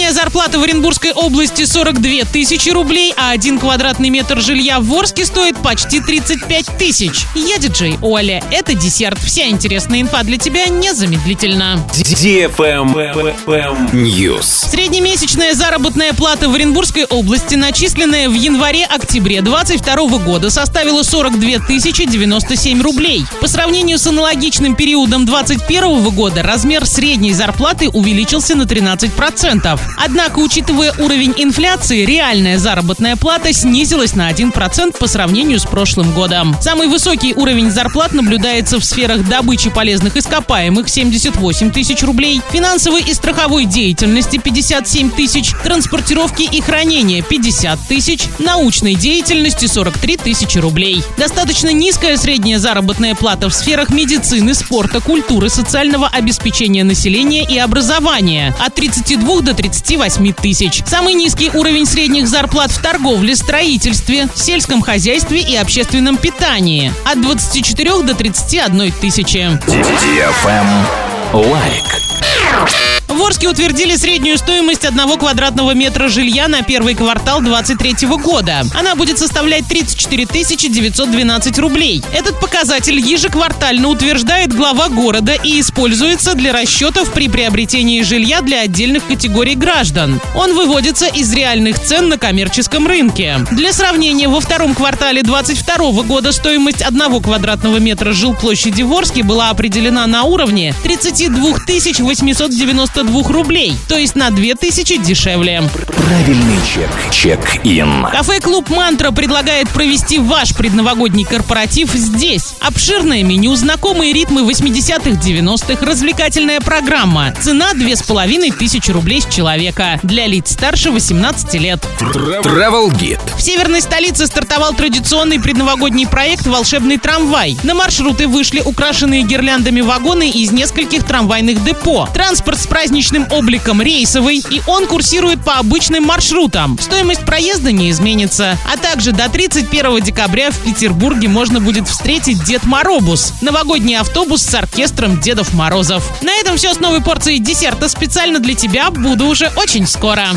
Средняя зарплата в Оренбургской области 42 тысячи рублей, а 1 квадратный метр жилья в Ворске стоит почти 35 тысяч. Я диджей Оля. Это десерт. Вся интересная инфа для тебя незамедлительно. News. Среднемесячная заработная плата в Оренбургской области, начисленная в январе-октябре 2022 года, составила 42 тысячи 97 рублей. По сравнению с аналогичным периодом 2021 года размер средней зарплаты увеличился на 13%. Однако, учитывая уровень инфляции, реальная заработная плата снизилась на 1% по сравнению с прошлым годом. Самый высокий уровень зарплат наблюдается в сферах добычи полезных ископаемых – 78 тысяч рублей, финансовой и страховой деятельности – 57 тысяч, транспортировки и хранения – 50 тысяч, научной деятельности – 43 тысячи рублей. Достаточно низкая средняя заработная плата в сферах медицины, спорта, культуры, социального обеспечения населения и образования – от 32 до 38 тысяч. Самый низкий уровень средних зарплат в торговле, строительстве, сельском хозяйстве и общественном питании – от 24 до 31 тысячи. Лайк. В Орске утвердили среднюю стоимость 1 квадратного метра жилья на первый квартал 2023 года. Она будет составлять 34 912 рублей. Этот показатель ежеквартально утверждает глава города и используется для расчетов при приобретении жилья для отдельных категорий граждан. Он выводится из реальных цен на коммерческом рынке. Для сравнения, во втором квартале 2022 года стоимость 1 квадратного метра жилплощади в Орске была определена на уровне 32 892 рублей, то есть на 2000 дешевле. Правильный чек. Чек-ин. Кафе-клуб «Мантра» предлагает провести ваш предновогодний корпоратив здесь. Обширное меню, знакомые ритмы 80-х, 90-х, развлекательная программа. Цена 2500 рублей с человека. Для лиц старше 18 лет. Travel Guide. В северной столице стартовал традиционный предновогодний проект «Волшебный трамвай». На маршруты вышли украшенные гирляндами вагоны из нескольких трамвайных депо. Транспорт с праздничным обликом рейсовый, и он курсирует по обычным маршрутам. Стоимость проезда не изменится. А также до 31 декабря в Петербурге можно будет встретить Дед Моробус – новогодний автобус с оркестром Дедов Морозов. На этом все с новой порцией десерта специально для тебя. Буду уже очень скоро.